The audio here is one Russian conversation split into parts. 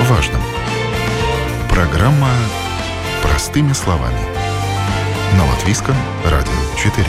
важном. Программа «Простыми словами» на Латвийском радио 4.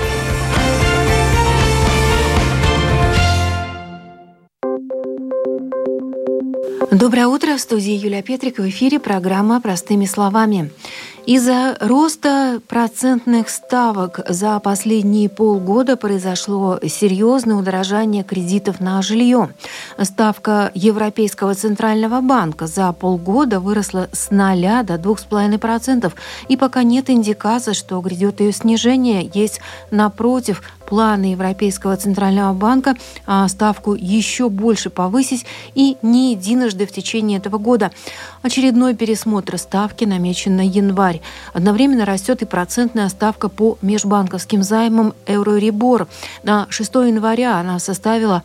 Доброе утро. В студии Юлия Петрик. В эфире программа «Простыми словами». Из-за роста процентных ставок за последние полгода произошло серьезное удорожание кредитов на жилье. Ставка Европейского центрального банка за полгода выросла с 0 до 2,5%. И пока нет индикаций, что грядет ее снижение, есть, напротив, планы Европейского центрального банка ставку еще больше повысить и не единожды в течение этого года. Очередной пересмотр ставки намечен на январь. Одновременно растет и процентная ставка по межбанковским займам Euribor. На 6 января она составила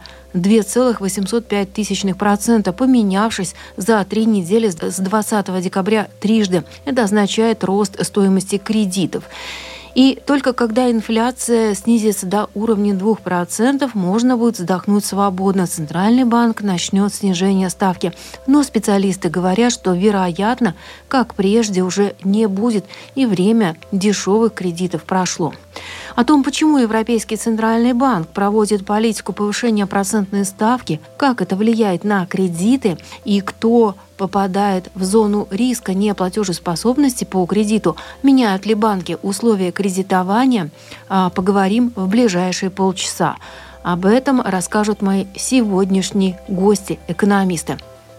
2,805%, поменявшись за 3 недели с 20 декабря трижды. Это означает рост стоимости кредитов. И только когда инфляция снизится до уровня 2%, можно будет вздохнуть свободно. Центральный банк начнет снижение ставки. Но специалисты говорят, что, вероятно, как прежде, уже не будет, и время дешевых кредитов прошло. О том, почему Европейский центральный банк проводит политику повышения процентной ставки, как это влияет на кредиты и кто попадает в зону риска неплатежеспособности по кредиту, меняют ли банки условия кредитования, поговорим в ближайшие полчаса. Об этом расскажут мои сегодняшние гости, экономисты.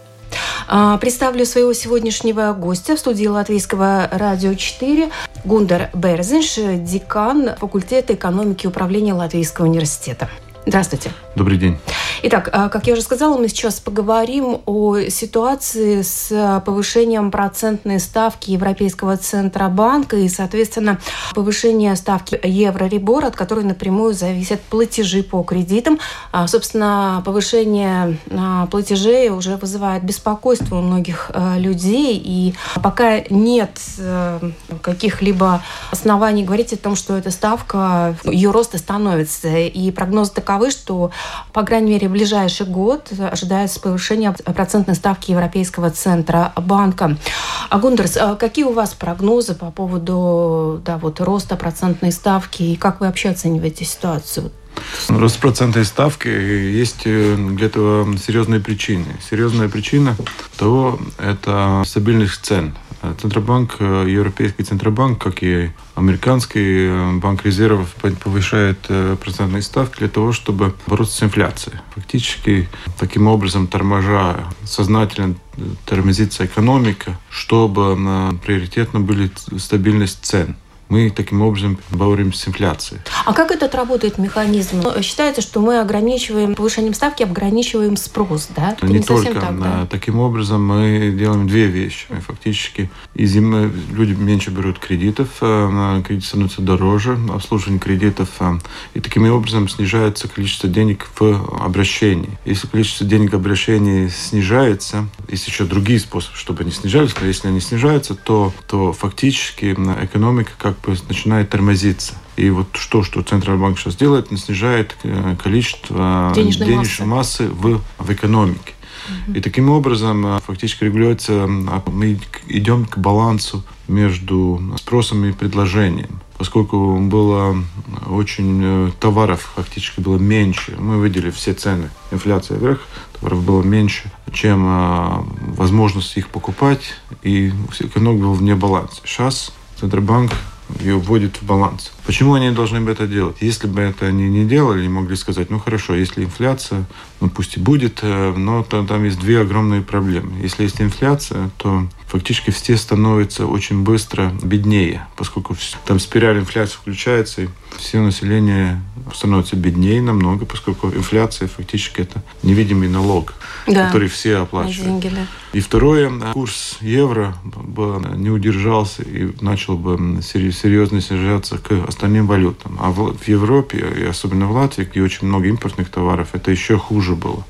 Представлю своего сегодняшнего гостя в студии Латвийского радио 4. Гундер Берзинш, декан факультета экономики и управления Латвийского университета. Здравствуйте. Добрый день. Итак, как я уже сказала, мы сейчас поговорим о ситуации с повышением процентной ставки Европейского Центробанка и, соответственно, повышение ставки Euribor, от которой напрямую зависят платежи по кредитам. Собственно, повышение платежей уже вызывает беспокойство у многих людей, и пока нет каких-либо оснований говорить о том, что эта ставка, ее рост остановится. И прогнозы таковы, что, по крайней мере, в ближайший год ожидается повышение процентной ставки Европейского Центробанка. Гундерс, какие у вас прогнозы по поводу роста процентной ставки и как вы вообще оцениваете ситуацию? Рост процентной ставки, есть для этого серьезные причины. Серьезная причина того – это стабильность цен. Центробанк, Европейский Центробанк, как и американский банк резервов, повышает процентные ставки для того, чтобы бороться с инфляцией. Фактически, таким образом, сознательно тормозится экономика, чтобы приоритетно были стабильность цен. Мы таким образом боремся с инфляцией. А как этот работает механизм? Считается, что мы повышением ставки ограничиваем спрос, да? Это не только так, да? Таким образом мы делаем две вещи. Фактически люди меньше берут кредитов, кредиты становятся дороже, обслуживание кредитов, и таким образом снижается количество денег в обращении. Если количество денег в обращении снижается, есть еще другие способы, чтобы они снижались, но если они снижаются, то фактически экономика начинает тормозиться. И вот что Центральный банк сейчас делает, он снижает количество денежной массы в экономике. И таким образом фактически регулируется, мы идем к балансу между спросом и предложением. Поскольку было очень товаров фактически было меньше, мы видели все цены, инфляция вверх, товаров было меньше, чем возможность их покупать, и экономика была вне баланса. Сейчас Центробанк ее вводит в баланс. Почему они должны бы это делать? Если бы это они не делали, они могли сказать, хорошо, если инфляция, пусть и будет, но там есть две огромные проблемы. Если есть инфляция, то фактически все становятся очень быстро беднее, поскольку там спираль инфляции включается, и все население становится беднее намного, поскольку инфляция фактически это невидимый налог, который все оплачивают. Деньги, да. И второе, курс евро не удержался и начал бы серьезно снижаться к остальным валютам. А в Европе, и особенно в Латвии, где очень много импортных товаров, это еще хуже было.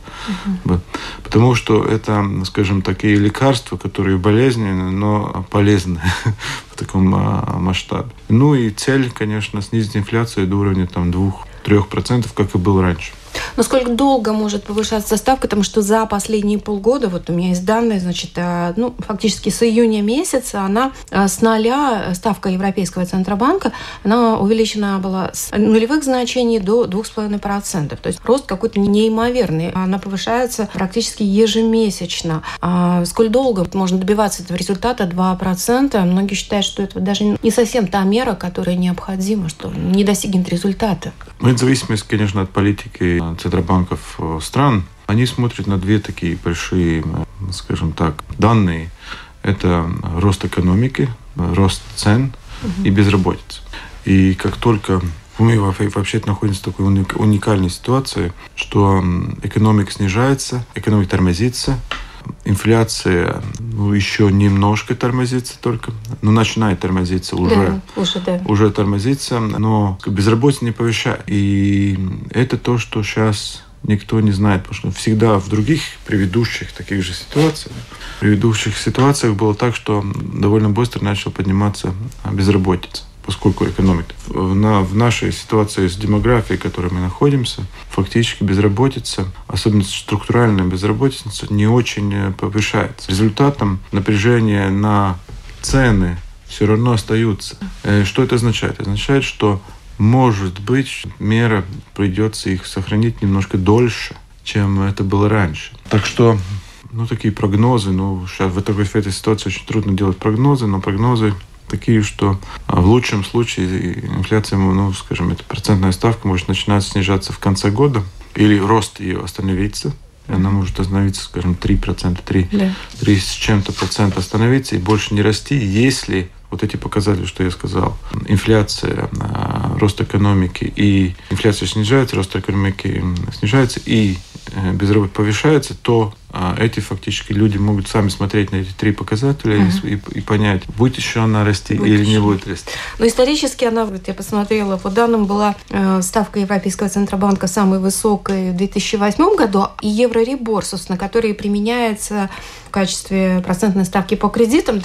Потому что это, скажем, такие лекарства, которые болезненны, но полезны в таком масштабе. И цель, конечно, снизить инфляцию до уровня 2-3%, как и было раньше. Но сколько долго может повышаться ставка? Потому что за последние полгода, вот у меня есть данные, значит, фактически с июня месяца она с нуля, ставка Европейского Центробанка, она увеличена была с нулевых значений до 2,5%. То есть рост какой-то неимоверный. Она повышается практически ежемесячно. А сколь долго можно добиваться этого результата 2%? Многие считают, что это даже не совсем та мера, которая необходима, что не достигнет результата. В зависимости, конечно, от политики центробанков стран, они смотрят на две такие большие, скажем так, данные. Это рост экономики, рост цен и безработица. И как только мы вообще находимся в такой уникальной ситуации, что экономика снижается, экономика тормозится, инфляция еще немножко тормозится только, но начинает тормозиться уже тормозится, но безработица не повышает. И это то, что сейчас никто не знает, потому что всегда в других предыдущих таких же ситуациях было так, что довольно быстро начала подниматься безработица, поскольку экономика. В нашей ситуации с демографией, в которой мы находимся, фактически безработица, особенно структуральная безработица, не очень повышается. Результатом напряжения на цены все равно остаются. Что это означает? Это означает, что может быть, мера придется их сохранить немножко дольше, чем это было раньше. Так что, такие прогнозы, сейчас в этой ситуации очень трудно делать прогнозы, но прогнозы такие, что в лучшем случае инфляция, скажем, эта процентная ставка может начинать снижаться в конце года, или рост ее остановиться. Она может остановиться, скажем, 3%, 3 с чем-то процента остановиться и больше не расти, если вот эти показатели, что я сказал, инфляция, рост экономики и инфляция снижается, рост экономики снижается и безработица повышается, то эти фактически люди могут сами смотреть на эти три показателя и понять, будет еще она расти или не будет расти. Но исторически она, я посмотрела, по данным была ставка Европейского Центробанка самой высокой в 2008 году, и Еврорибор, собственно, который применяется в качестве процентной ставки по кредитам,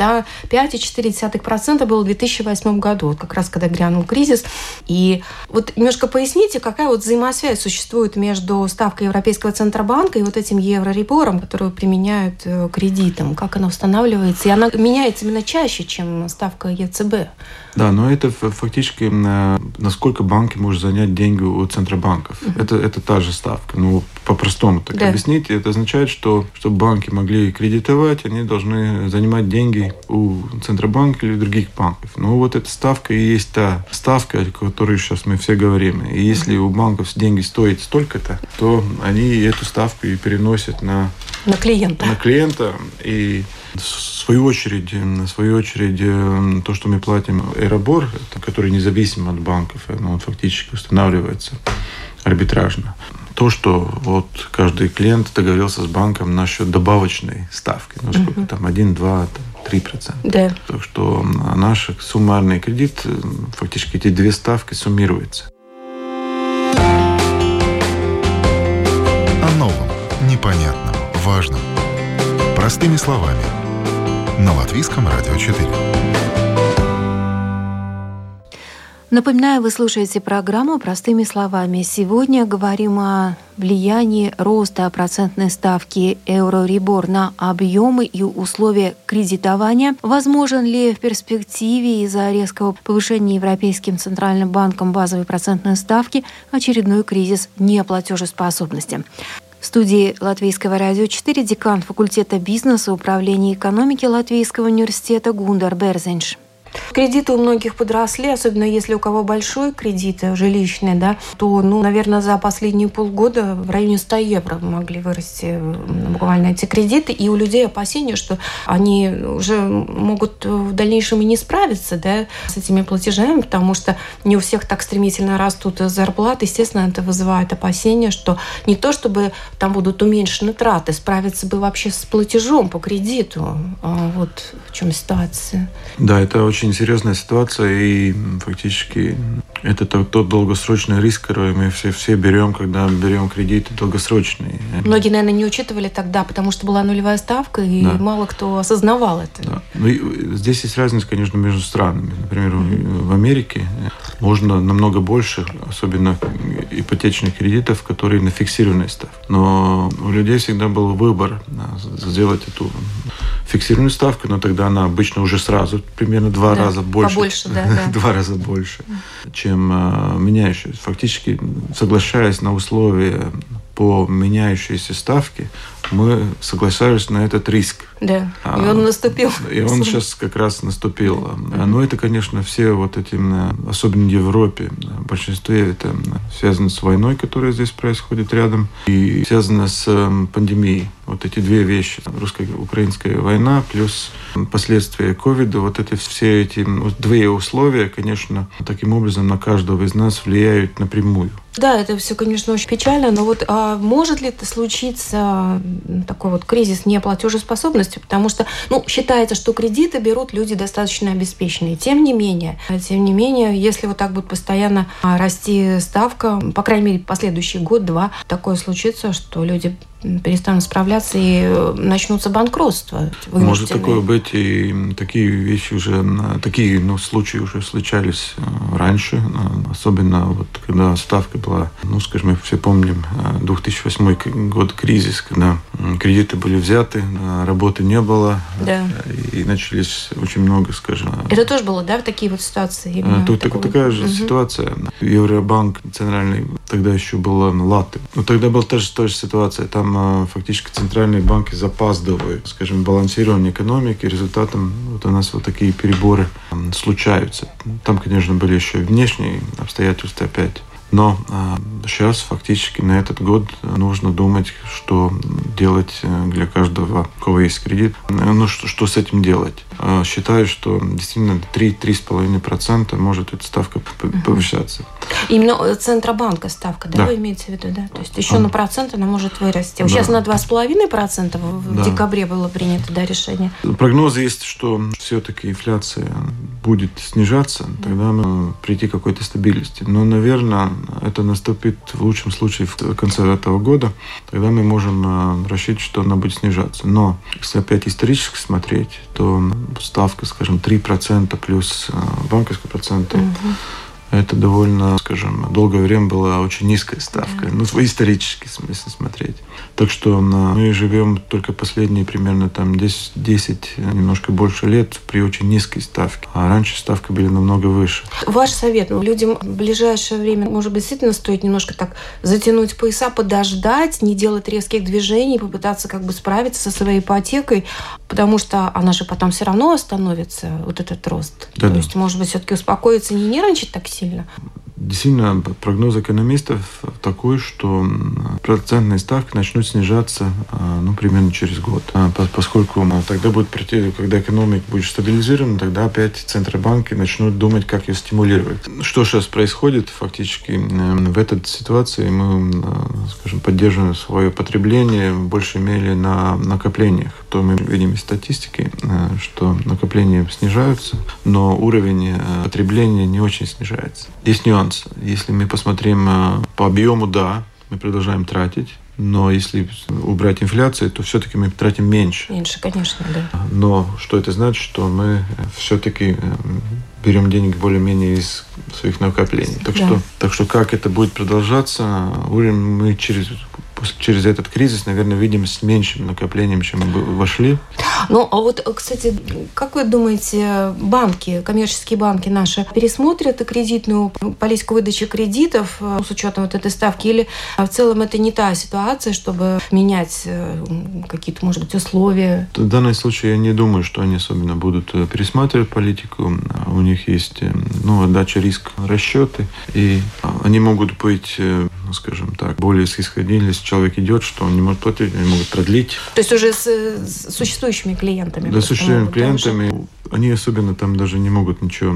5,4% было в 2008 году, вот как раз когда грянул кризис. И вот немножко поясните, какая вот взаимосвязь существует между ставкой Европейского Центробанка и вот этим Еврорибором, которую применяют к кредитам, как она устанавливается, и она меняется именно чаще, чем ставка ЕЦБ. Да, но это фактически насколько банки могут занять деньги у центробанков. Это та же ставка. По-простому так объяснить. Это означает, что чтобы банки могли кредитовать, они должны занимать деньги у центробанка или других банков. Вот эта ставка и есть та ставка, о которой сейчас мы все говорим. И если у банков деньги стоят столько-то, то они эту ставку и переносят на клиента. И в свою очередь, то, что мы платим Euribor, который независим от банков, он фактически устанавливается арбитражно. То, что вот каждый клиент договорился с банком насчет добавочной ставки, сколько там 1, 2, 3%. Да. Так что наш суммарный кредит, фактически эти две ставки суммируются. О новом, непонятном, важном. Простыми словами. На Латвийском радио 4. Напоминаю, вы слушаете программу «Простыми словами». Сегодня говорим о влиянии роста процентной ставки Euroribor на объемы и условия кредитования. Возможен ли в перспективе из-за резкого повышения Европейским Центральным банком базовой процентной ставки очередной кризис неплатежеспособности? В студии Латвийского радио 4 декан факультета бизнеса и управления экономики Латвийского университета Гундар Берзенш. Кредиты у многих подросли, особенно если у кого большой кредит жилищный, то, наверное, за последние полгода в районе 100 евро могли вырасти буквально эти кредиты. И у людей опасения, что они уже могут в дальнейшем и не справиться с этими платежами, потому что не у всех так стремительно растут зарплаты. Естественно, это вызывает опасения, что не то чтобы там будут уменьшены траты, справиться бы вообще с платежом по кредиту. Вот в чем ситуация. Да, это очень серьезная ситуация, и фактически это тот долгосрочный риск, который мы все берем, когда берем кредиты долгосрочные. Многие, наверное, не учитывали тогда, потому что была нулевая ставка, и мало кто осознавал это. Да. Здесь есть разница, конечно, между странами. Например, в Америке можно намного больше, особенно ипотечных кредитов, которые на фиксированной ставке. Но у людей всегда был выбор сделать эту фиксированную ставку, но тогда она обычно уже сразу примерно 2 раза больше. Побольше, да. 2 раза больше, чем меняющаяся. Фактически, соглашаясь на условия по меняющейся ставке, мы соглашались на этот риск. Да, и он наступил. И он сейчас как раз наступил. Но это, конечно, все вот эти, особенно в Европе, в большинстве это связано с войной, которая здесь происходит рядом, и связано с пандемией. Вот эти 2 вещи. Русско-украинская война плюс последствия ковида. Вот это все эти 2 условия, конечно, таким образом на каждого из нас влияют напрямую. Да, это все, конечно, очень печально, но вот может ли это случиться такой вот кризис неплатежеспособности? Потому что, считается, что кредиты берут люди достаточно обеспеченные. Тем не менее, если вот так будет постоянно расти ставка, по крайней мере, последующий год-два, такое случится, что люди перестанут справляться и начнутся банкротства. Может такое быть, и такие вещи уже, такие случаи уже случались раньше, особенно вот когда ставка была, скажем, мы все помним 2008 год кризис, когда кредиты были взяты, работы не было, да. И начались очень много, скажем. Это тоже было, да, в такие вот ситуации? Тут такая же ситуация. Евробанк центральный, тогда еще было латы. Но тогда была та же ситуация. Там фактически центральные банки запаздывают, скажем, балансирование экономики. Результатом вот у нас вот такие переборы случаются. Там, конечно, были еще и внешние обстоятельства опять. Но сейчас фактически на этот год нужно думать, что делать для каждого, у кого есть кредит. Что с этим делать? Считаю, что действительно 3-3,5% может эта ставка повышаться. Именно Центробанка ставка, да, вы имеете в виду? Да? То есть еще на процент она может вырасти. Сейчас на 2,5% в декабре было принято решение. Прогнозы есть, что все-таки инфляция будет снижаться, тогда мы прийти к какой-то стабильности. Но, наверное, это наступит в лучшем случае в конце этого года. Тогда мы можем рассчитывать, что она будет снижаться. Но если опять исторически смотреть, то ставка, скажем, 3% плюс банковский процент, это довольно, скажем, долгое время была очень низкая ставка. В исторически смысле смотреть. Так что мы живем только последние примерно 10, немножко больше лет при очень низкой ставке. А раньше ставки были намного выше. Ваш совет людям в ближайшее время, может быть, действительно стоит немножко так затянуть пояса, подождать, не делать резких движений, попытаться справиться со своей ипотекой, потому что она же потом все равно остановится, вот этот рост. Да. То есть, может быть, все-таки успокоиться и не нервничать так сильно? Действительно, прогноз экономистов такой, что процентные ставки начнут снижаться примерно через год. Поскольку тогда будет, когда экономика будет стабилизирована, тогда опять центробанки начнут думать, как ее стимулировать. Что сейчас происходит фактически в этой ситуации? Мы, скажем, поддерживаем свое потребление в большей мере на накоплениях. То мы видим из статистики, что накопления снижаются, но уровень потребления не очень снижается. Есть нюанс. Если мы посмотрим по объему, да, мы продолжаем тратить, но если убрать инфляцию, то все-таки мы тратим меньше. Меньше, конечно, да. Но что это значит? Что мы все-таки берем деньги более-менее из своих накоплений. Так что как это будет продолжаться, мы через этот кризис, наверное, видим с меньшим накоплением, чем мы вошли. Кстати, как вы думаете, коммерческие банки наши пересмотрят кредитную политику выдачи кредитов с учетом вот этой ставки? Или в целом это не та ситуация, чтобы менять какие-то, может быть, условия? В данном случае я не думаю, что они особенно будут пересматривать политику. У них есть отдача риска, расчеты, и они могут быть, скажем так, более снисходительны. Если человек идет, что он не может платить, они могут продлить. То есть уже с существующими клиентами? Да, с существующими клиентами. Они особенно там даже не могут ничего,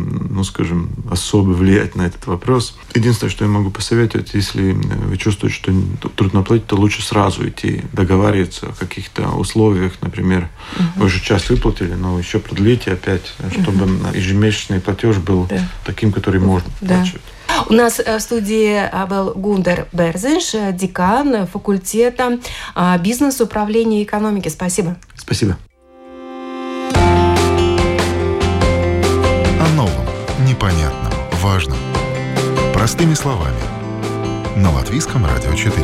особо влиять на этот вопрос. Единственное, что я могу посоветовать, если вы чувствуете, что трудно платить, то лучше сразу идти, договариваться о каких-то условиях, например. Вы уже часть выплатили, но еще продлите опять, чтобы ежемесячный платеж был таким, который можно оплачивать. У нас в студии был Гундер Берзинш, декан факультета бизнеса, управления и экономики. Спасибо. Спасибо. О новом, непонятном, важном. Простыми словами. на Латвийском радио 4.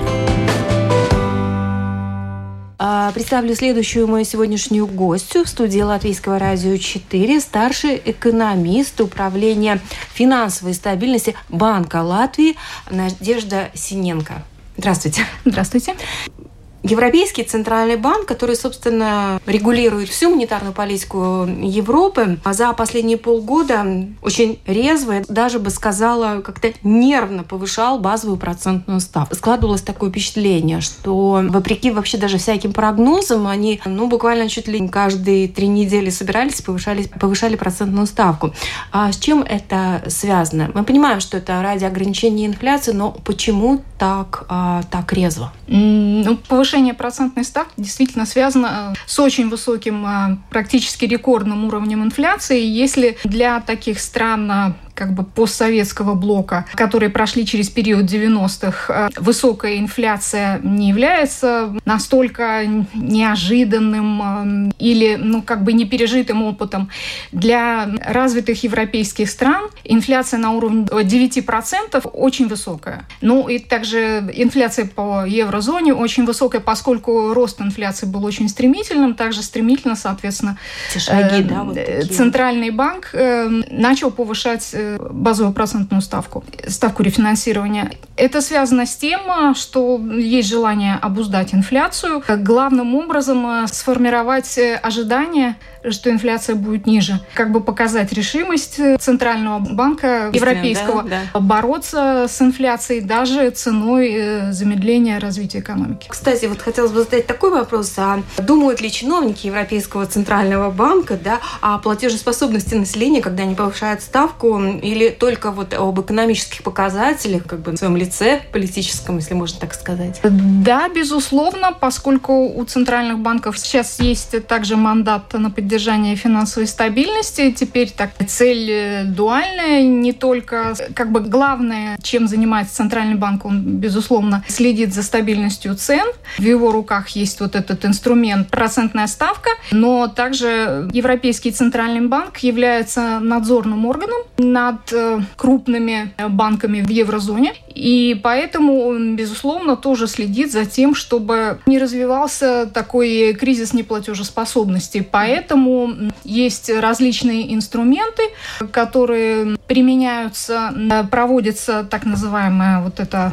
Представлю следующую мою сегодняшнюю гостью в студии Латвийского радио 4, старший экономист Управления финансовой стабильности Банка Латвии Надежда Синенко. Здравствуйте. Здравствуйте. Европейский центральный банк, который, собственно, регулирует всю монетарную политику Европы, за последние полгода очень резво, даже бы сказала, как-то нервно повышал базовую процентную ставку. Складывалось такое впечатление, что вопреки вообще даже всяким прогнозам, они буквально чуть ли не каждые 3 недели собирались, повышали процентную ставку. А с чем это связано? Мы понимаем, что это ради ограничения инфляции, но почему так резво? Повышение процентной ставки действительно связано с очень высоким, практически рекордным уровнем инфляции. Если для таких стран постсоветского блока, которые прошли через период 90-х, высокая инфляция не является настолько неожиданным или непережитым опытом. Для развитых европейских стран инфляция на уровне 9% очень высокая. И также инфляция по еврозоне очень высокая, поскольку рост инфляции был очень стремительным, также стремительно, соответственно, Центральный банк начал повышать базовую процентную ставку рефинансирования. Это связано с тем, что есть желание обуздать инфляцию, главным образом сформировать ожидание, что инфляция будет ниже, показать решимость Центрального банка европейского бороться с инфляцией даже ценой замедления развития экономики. Кстати, хотелось бы задать такой вопрос. А думают ли чиновники Европейского Центрального банка о платежеспособности населения, когда они повышают ставку, или только об экономических показателях, в своем лице политическом, если можно так сказать? Да, безусловно, поскольку у центральных банков сейчас есть также мандат на поддержание финансовой стабильности. Теперь цель дуальная, не только главное, чем занимается Центральный банк, он, безусловно, следит за стабильностью цен. В его руках есть этот инструмент процентная ставка, но также Европейский Центральный банк является надзорным органом над крупными банками в еврозоне, и поэтому он, безусловно, тоже следит за тем, чтобы не развивался такой кризис неплатежеспособности. Поэтому есть различные инструменты, которые применяются, проводится так называемая эта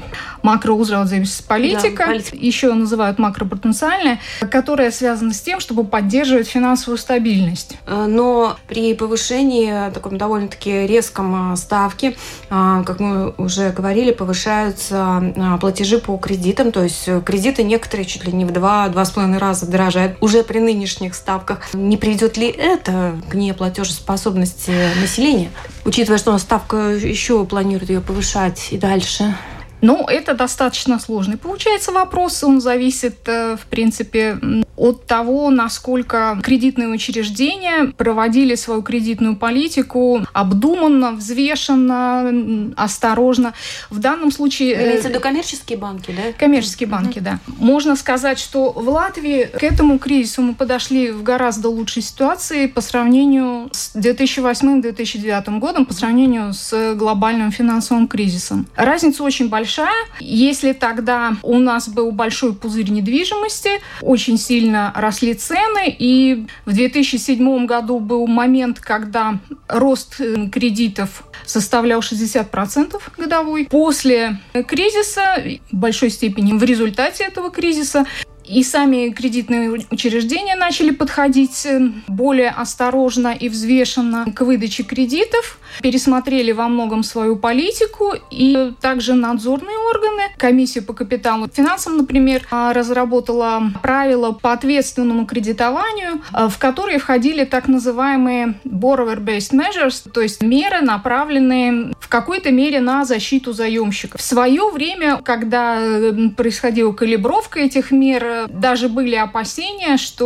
макроузраудzīves-политика, еще называют макропотенциальная, которая связана с тем, чтобы поддерживать финансовую стабильность. Но при повышении таком довольно-таки резком ставки, как мы уже говорили, повышаются платежи по кредитам, то есть кредиты некоторые чуть ли не в 2-2,5 раза дорожают уже при нынешних ставках. Не приведет ли это к неплатежеспособности населения, учитывая, что ставка еще планирует ее повышать и дальше? Это достаточно сложный получается вопрос. Он зависит, в принципе, от того, насколько кредитные учреждения проводили свою кредитную политику обдуманно, взвешенно, осторожно. В данном случае... Имеется в виду коммерческие банки, да? Коммерческие банки, да. Можно сказать, что в Латвии к этому кризису мы подошли в гораздо лучшей ситуации по сравнению с 2008-2009 годом, по сравнению с глобальным финансовым кризисом. Разница очень большая. Если тогда у нас был большой пузырь недвижимости, очень сильно росли цены, и в 2007 году был момент, когда рост кредитов составлял 60% годовой. После кризиса, в большой степени в результате этого кризиса, и сами кредитные учреждения начали подходить более осторожно и взвешенно к выдаче кредитов, пересмотрели во многом свою политику, и также надзорные органы, комиссия по капиталу и финансам, например, разработала правила по ответственному кредитованию, в которые входили так называемые borrower-based measures, то есть меры, направленные в какой-то мере на защиту заемщиков. В свое время, когда происходила калибровка этих мер, даже были опасения, что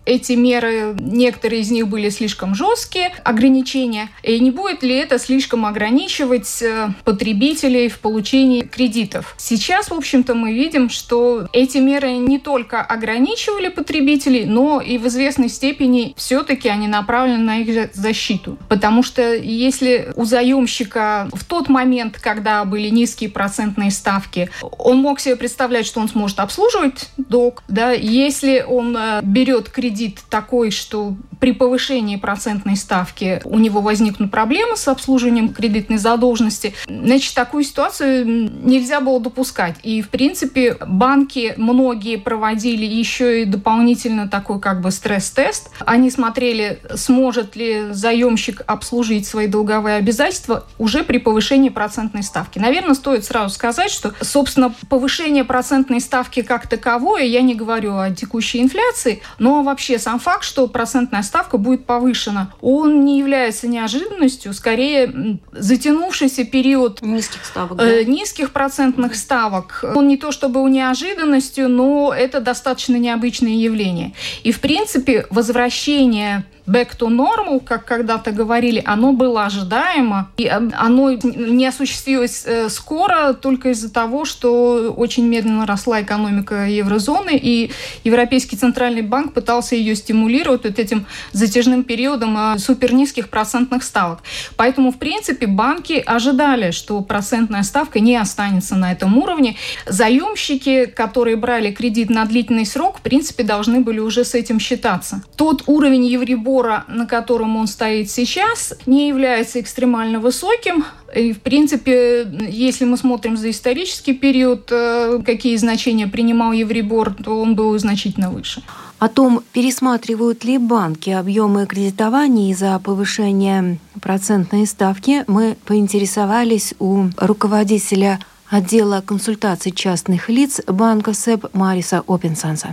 эти меры, некоторые из них были слишком жесткие, ограничения, и не будет ли это слишком ограничивать потребителей в получении кредитов. Сейчас, в общем-то, мы видим, что эти меры не только ограничивали потребителей, но и в известной степени все-таки они направлены на их защиту. Потому что если у заемщика в тот момент, когда были низкие процентные ставки, он мог себе представлять, что он сможет обслуживать долг, да, если он берет кредит такой, что при повышении процентной ставки у него возникнут проблемы с обслуживанием кредитной задолженности, значит, такую ситуацию нельзя было допускать. И, в принципе, банки многие проводили еще и дополнительно такой как бы стресс-тест. Они смотрели, сможет ли заемщик обслужить свои долговые обязательства уже при повышении процентной ставки. Наверное, стоит сразу сказать, что, собственно, повышение процентной ставки как таковое, я не говорю о текущей инфляции, но вообще сам факт, что процентная ставка будет повышена, он не является неожиданностью, скорее затянувшийся период низких ставок, да? Низких процентных ставок. Он не то чтобы неожиданностью, но это достаточно необычное явление. И, в принципе, возвращение back to normal, как когда-то говорили, оно было ожидаемо, и оно не осуществилось скоро только из-за того, что очень медленно росла экономика еврозоны, и Европейский центральный банк пытался ее стимулировать вот этим затяжным периодом супернизких процентных ставок. Поэтому, в принципе, банки ожидали, что процентная ставка не останется на этом уровне. Заемщики, которые брали кредит на длительный срок, в принципе, должны были уже с этим считаться. Тот уровень Еврибора, на котором он стоит сейчас, не является экстремально высоким. И, в принципе, если мы смотрим за исторический период, какие значения принимал Еврибор, то он был значительно выше. О том, пересматривают ли банки объемы кредитования из-за повышения процентной ставки, мы поинтересовались у руководителя отдела консультаций частных лиц банка СЭБ Мариса Опенсанса.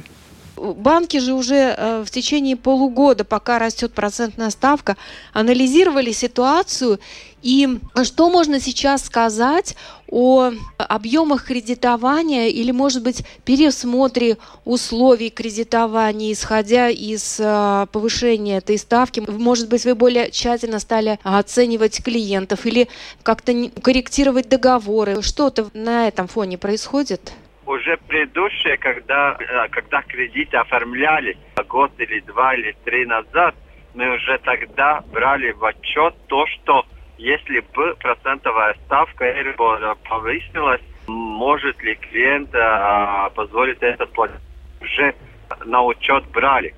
Банки же уже в течение полугода, пока растет процентная ставка, анализировали ситуацию. И что можно сейчас сказать о объемах кредитования или, может быть, пересмотре условий кредитования, исходя из повышения этой ставки? Может быть, вы более тщательно стали оценивать клиентов или как-то корректировать договоры? Что-то на этом фоне происходит? Уже предыдущие, когда кредиты оформляли год или два или три назад, мы уже тогда брали в отчет то, что если бы процентовая ставка повысилась, может ли клиент позволить это платить, уже на учет брали.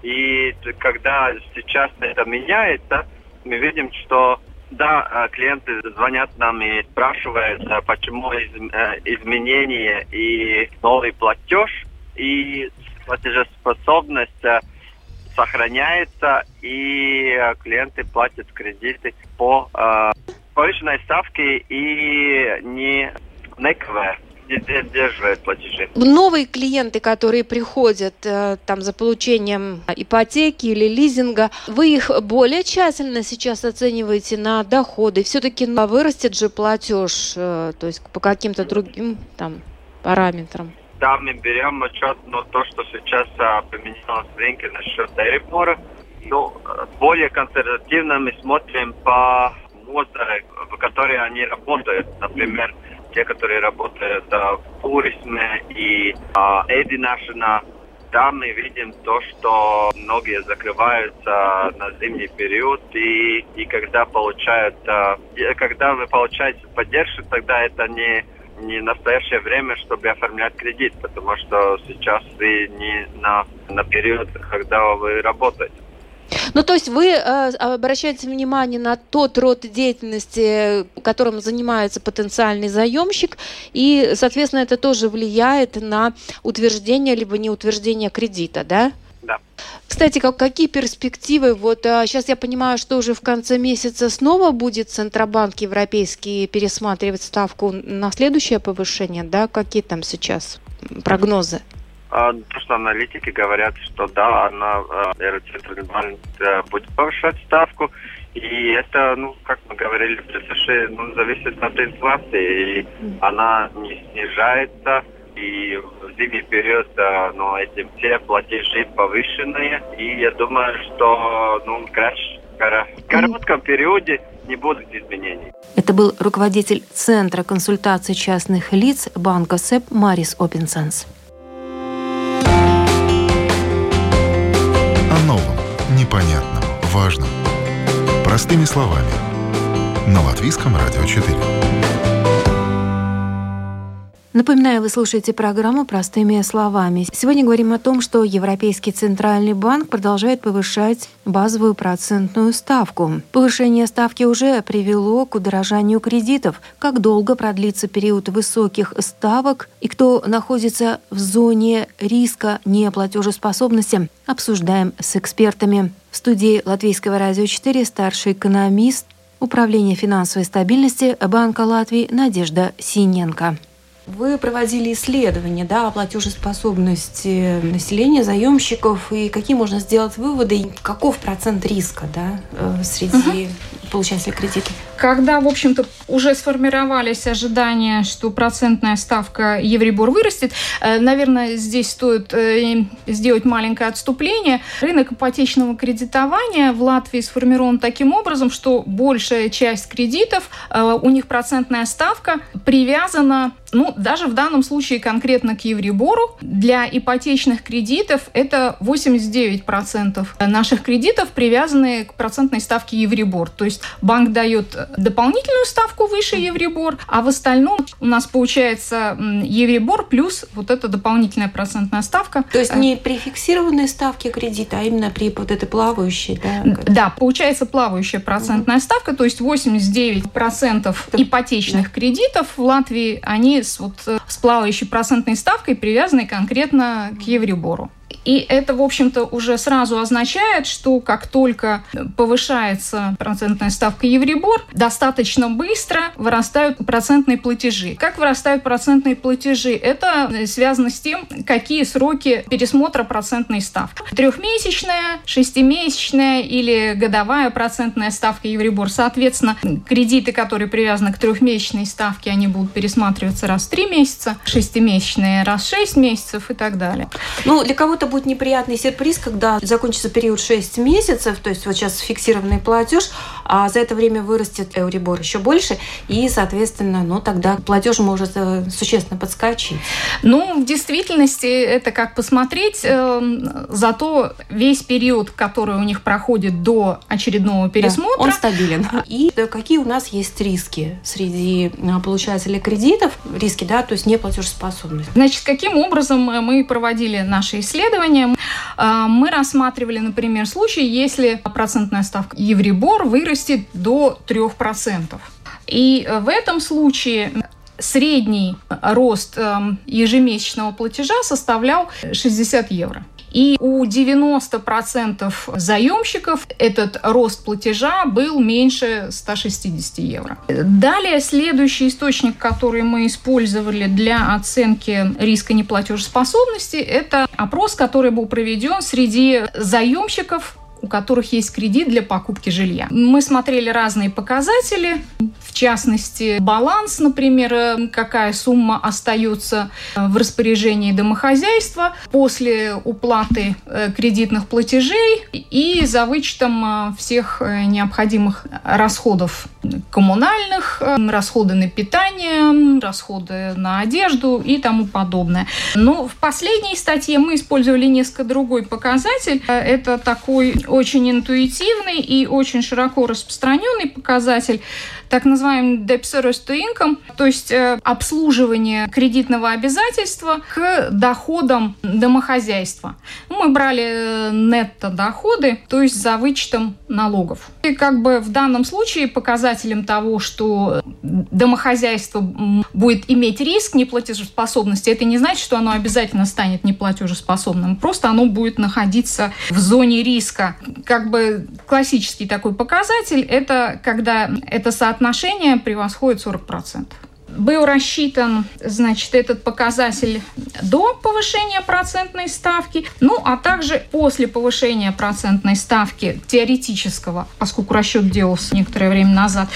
И когда сейчас это меняется, мы видим, что да, клиенты звонят нам и спрашивают, почему изменение и новый платеж, и платежеспособность сохраняется, и клиенты платят кредиты по повышенной ставке и не сдерживают платежи. Новые клиенты, которые приходят там за получением ипотеки или лизинга, вы их более тщательно сейчас оцениваете на доходы? Все-таки вырастет же платеж, то есть по каким-то другим там параметрам? Да, мы берем отчет, но то, что сейчас поменялось в рынке насчет Euribor, более консервативно мы смотрим по возрасту, в который они работают. Например, те, которые работают в туризме и эдинашина, да, мы видим то, что многие закрываются на зимний период, и когда вы получаете поддержку, тогда это не настоящее время, чтобы оформлять кредит, потому что сейчас вы не на период, когда вы работаете. Ну, то есть вы обращаете внимание на тот род деятельности, которым занимается потенциальный заемщик, и, соответственно, это тоже влияет на утверждение либо неутверждение кредита, да? Да. Кстати, какие перспективы? Вот сейчас я понимаю, что уже в конце месяца снова будет Центробанк европейский пересматривать ставку на следующее повышение, да? Какие там сейчас прогнозы? То, что аналитики говорят, что да, Центральный банк будет повышать ставку, и это, как мы говорили в предыдущей, зависит от инфляции, и она не снижается, и в зимний период эти все платежи повышенные. И я думаю, что в коротком периоде не будет изменений. Это был руководитель Центра консультаций частных лиц банка СЭП Марис Опенсенс. О новом, непонятном, важном. Простыми словами. На Латвийском радио 4. Напоминаю, вы слушаете программу «Простыми словами». Сегодня говорим о том, что Европейский Центральный банк продолжает повышать базовую процентную ставку. Повышение ставки уже привело к удорожанию кредитов. Как долго продлится период высоких ставок и кто находится в зоне риска неплатежеспособности, обсуждаем с экспертами. В студии Латвийского радио 4 старший экономист Управления финансовой стабильности Банка Латвии Надежда Синенко. Вы проводили исследования о платежеспособности населения, заемщиков, и какие можно сделать выводы, и каков процент риска среди получателей кредитов? Когда, в общем-то, уже сформировались ожидания, что процентная ставка Еврибор вырастет, наверное, здесь стоит сделать маленькое отступление. Рынок ипотечного кредитования в Латвии сформирован таким образом, что большая часть кредитов, у них процентная ставка привязана, даже в данном случае конкретно к Еврибору. Для ипотечных кредитов это 89% наших кредитов привязаны к процентной ставке Еврибор. То есть банк дает дополнительную ставку выше Еврибор, а в остальном у нас получается Еврибор плюс вот эта дополнительная процентная ставка. То есть не при фиксированной ставке кредита, а именно при вот этой плавающей, Да, получается плавающая процентная ставка, то есть 89% ипотечных кредитов в Латвии, они с плавающей процентной ставкой привязаны конкретно к Еврибору. И это, в общем-то, уже сразу означает, что как только повышается процентная ставка Еврибор, достаточно быстро вырастают процентные платежи. Как вырастают процентные платежи? Это связано с тем, какие сроки пересмотра процентной ставки. 3-месячная, 6-месячная или годовая процентная ставка Еврибор. Соответственно, кредиты, которые привязаны к 3-месячной ставке, они будут пересматриваться раз в 3 месяца, 6-месячные раз в 6 месяцев и так далее. Для кого-то будет неприятный сюрприз, когда закончится период 6 месяцев, то есть вот сейчас фиксированный платеж, а за это время вырастет Еврибор еще больше, и, соответственно, тогда платеж может существенно подскочить. В действительности это как посмотреть, зато весь период, который у них проходит до очередного пересмотра, он стабилен. И какие у нас есть риски среди получателей кредитов, риски, то есть неплатежеспособность? Значит, каким образом мы проводили наши исследования? Мы рассматривали, например, случай, если процентная ставка Еврибор вырастет до 3%. И в этом случае средний рост ежемесячного платежа составлял 60 евро. И у 90% заемщиков этот рост платежа был меньше 160 евро. Далее, следующий источник, который мы использовали для оценки риска неплатежеспособности, это опрос, который был проведен среди заемщиков, у которых есть кредит для покупки жилья. Мы смотрели разные показатели, в частности, баланс, например, какая сумма остается в распоряжении домохозяйства после уплаты кредитных платежей и за вычетом всех необходимых расходов коммунальных, расходы на питание, расходы на одежду и тому подобное. Но в последней статье мы использовали несколько другой показатель. Это такой очень интуитивный и очень широко распространенный показатель, так называемый debt service to income, то есть обслуживание кредитного обязательства к доходам домохозяйства. Мы брали нетто-доходы, то есть за вычетом налогов. И в данном случае показателем того, что домохозяйство будет иметь риск неплатежеспособности, это не значит, что оно обязательно станет неплатежеспособным, просто оно будет находиться в зоне риска. Классический такой показатель – это когда это соотношение превосходит 40%. был рассчитан, значит, этот показатель до повышения процентной ставки, а также после повышения процентной ставки теоретического, поскольку расчет делался некоторое время назад,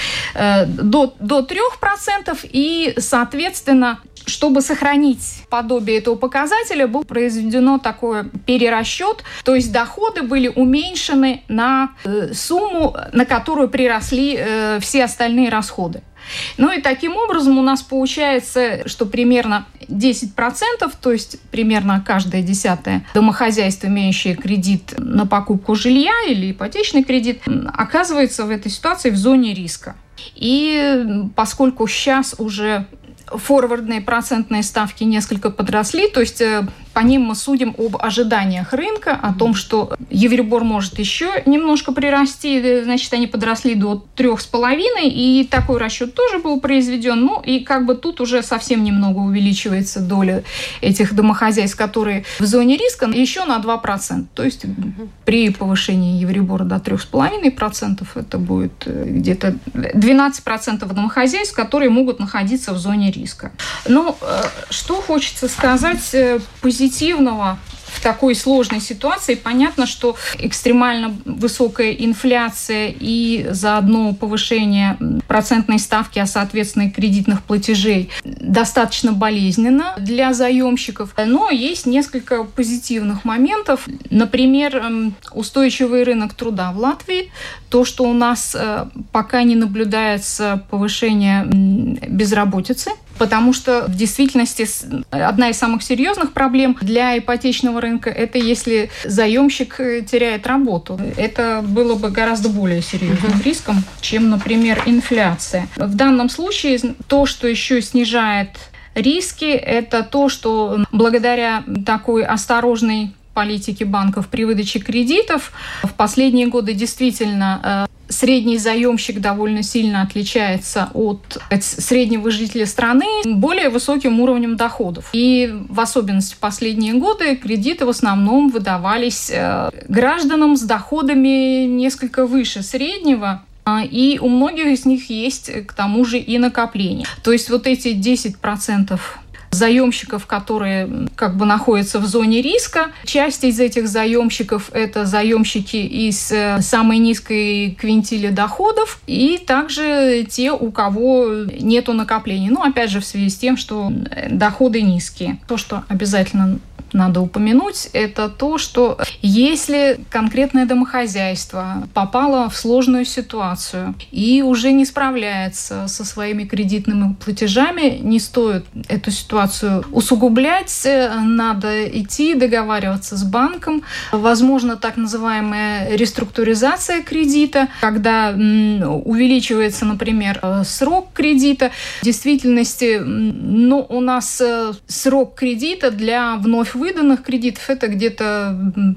до 3%, и, соответственно, чтобы сохранить подобие этого показателя, был произведено такой перерасчет, то есть доходы были уменьшены на сумму, на которую приросли все остальные расходы. И таким образом у нас получается, что примерно 10%, то есть примерно каждое 10-е домохозяйство, имеющее кредит на покупку жилья или ипотечный кредит, оказывается в этой ситуации в зоне риска. И поскольку сейчас уже форвардные процентные ставки несколько подросли, то есть по ним мы судим об ожиданиях рынка, о том, что Евробор может еще немножко прирасти, значит, они подросли до 3,5, и такой расчет тоже был произведен. И тут уже совсем немного увеличивается доля этих домохозяйств, которые в зоне риска, еще на 2%. То есть при повышении Евробора до 3,5% это будет где-то 12% домохозяйств, которые могут находиться в зоне риска. Что хочется сказать позитивного в такой сложной ситуации? Понятно, что экстремально высокая инфляция и заодно повышение процентной ставки, а соответственно и кредитных платежей, достаточно болезненно для заемщиков. Но есть несколько позитивных моментов. Например, устойчивый рынок труда в Латвии. То, что у нас пока не наблюдается повышение безработицы, потому что в действительности одна из самых серьезных проблем для ипотечного рынка – это если заемщик теряет работу. Это было бы гораздо более серьезным риском, чем, например, инфляция. В данном случае то, что еще снижает риски, это то, что благодаря такой осторожной политики банков при выдаче кредитов в последние годы действительно средний заемщик довольно сильно отличается от среднего жителя страны более высоким уровнем доходов. И в особенности в последние годы кредиты в основном выдавались гражданам с доходами несколько выше среднего. И у многих из них есть, к тому же, и накопления. То есть эти 10% заемщиков, которые находятся в зоне риска. Часть из этих заемщиков – это заемщики из самой низкой квинтили доходов, и также те, у кого нету накоплений. Опять же, в связи с тем, что доходы низкие. То, что обязательно надо упомянуть, это то, что если конкретное домохозяйство попало в сложную ситуацию и уже не справляется со своими кредитными платежами, не стоит эту ситуацию усугублять, надо идти договариваться с банком. Возможно, так называемая реструктуризация кредита, когда увеличивается, например, срок кредита. В действительности, у нас срок кредита для вновь выданных кредитов это где-то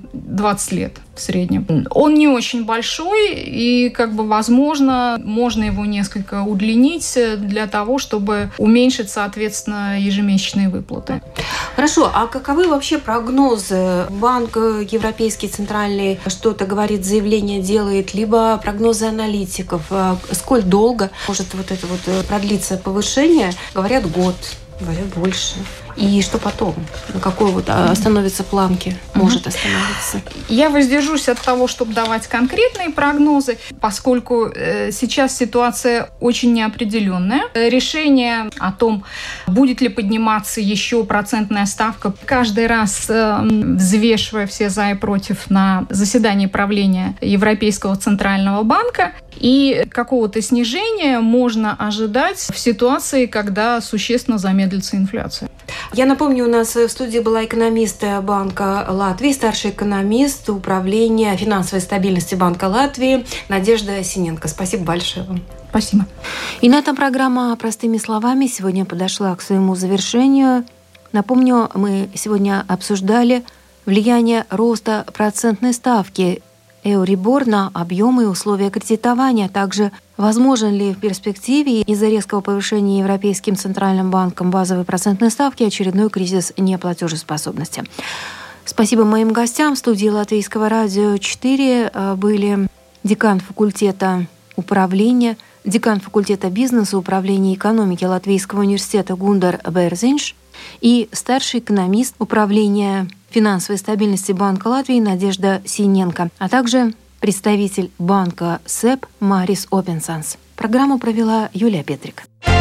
20 лет в среднем. Он не очень большой, и возможно, можно его несколько удлинить для того, чтобы уменьшить, соответственно, ежемесячные выплаты. Хорошо, а каковы вообще прогнозы? Банк Европейский центральный что-то говорит, заявление делает, либо прогнозы аналитиков? Сколь долго может это продлиться повышение? Говорят, год, говорят, больше. И что потом? На какой остановится планке? Может остановиться? Я воздержусь от того, чтобы давать конкретные прогнозы, поскольку сейчас ситуация очень неопределенная. Решение о том, будет ли подниматься еще процентная ставка, каждый раз взвешивая все за и против на заседании правления Европейского центрального банка, и какого-то снижения можно ожидать в ситуации, когда существенно замедлится инфляция. Я напомню, у нас в студии была экономист Банка Латвии, старший экономист управления финансовой стабильности Банка Латвии Надежда Синенко. Спасибо большое вам. Спасибо. И на этом программа «Простыми словами» сегодня подошла к своему завершению. Напомню, мы сегодня обсуждали влияние роста процентной ставки Euribor на объемы и условия кредитования, а также возможен ли в перспективе из-за резкого повышения Европейским центральным банком базовой процентной ставки очередной кризис неплатежеспособности. Спасибо моим гостям. В студии Латвийского радио 4 были декан факультета управления декан факультета бизнеса, управления и экономики Латвийского университета Гундар Берзинш и старший экономист управления финансовой стабильности Банка Латвии Надежда Синенко, а также представитель банка СЭП Марис Опенсанс. Программу провела Юлия Петрик.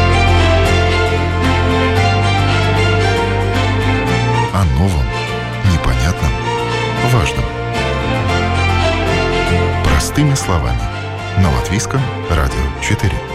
О новом, непонятном, важном. Простыми словами. На Латвийском радио 4.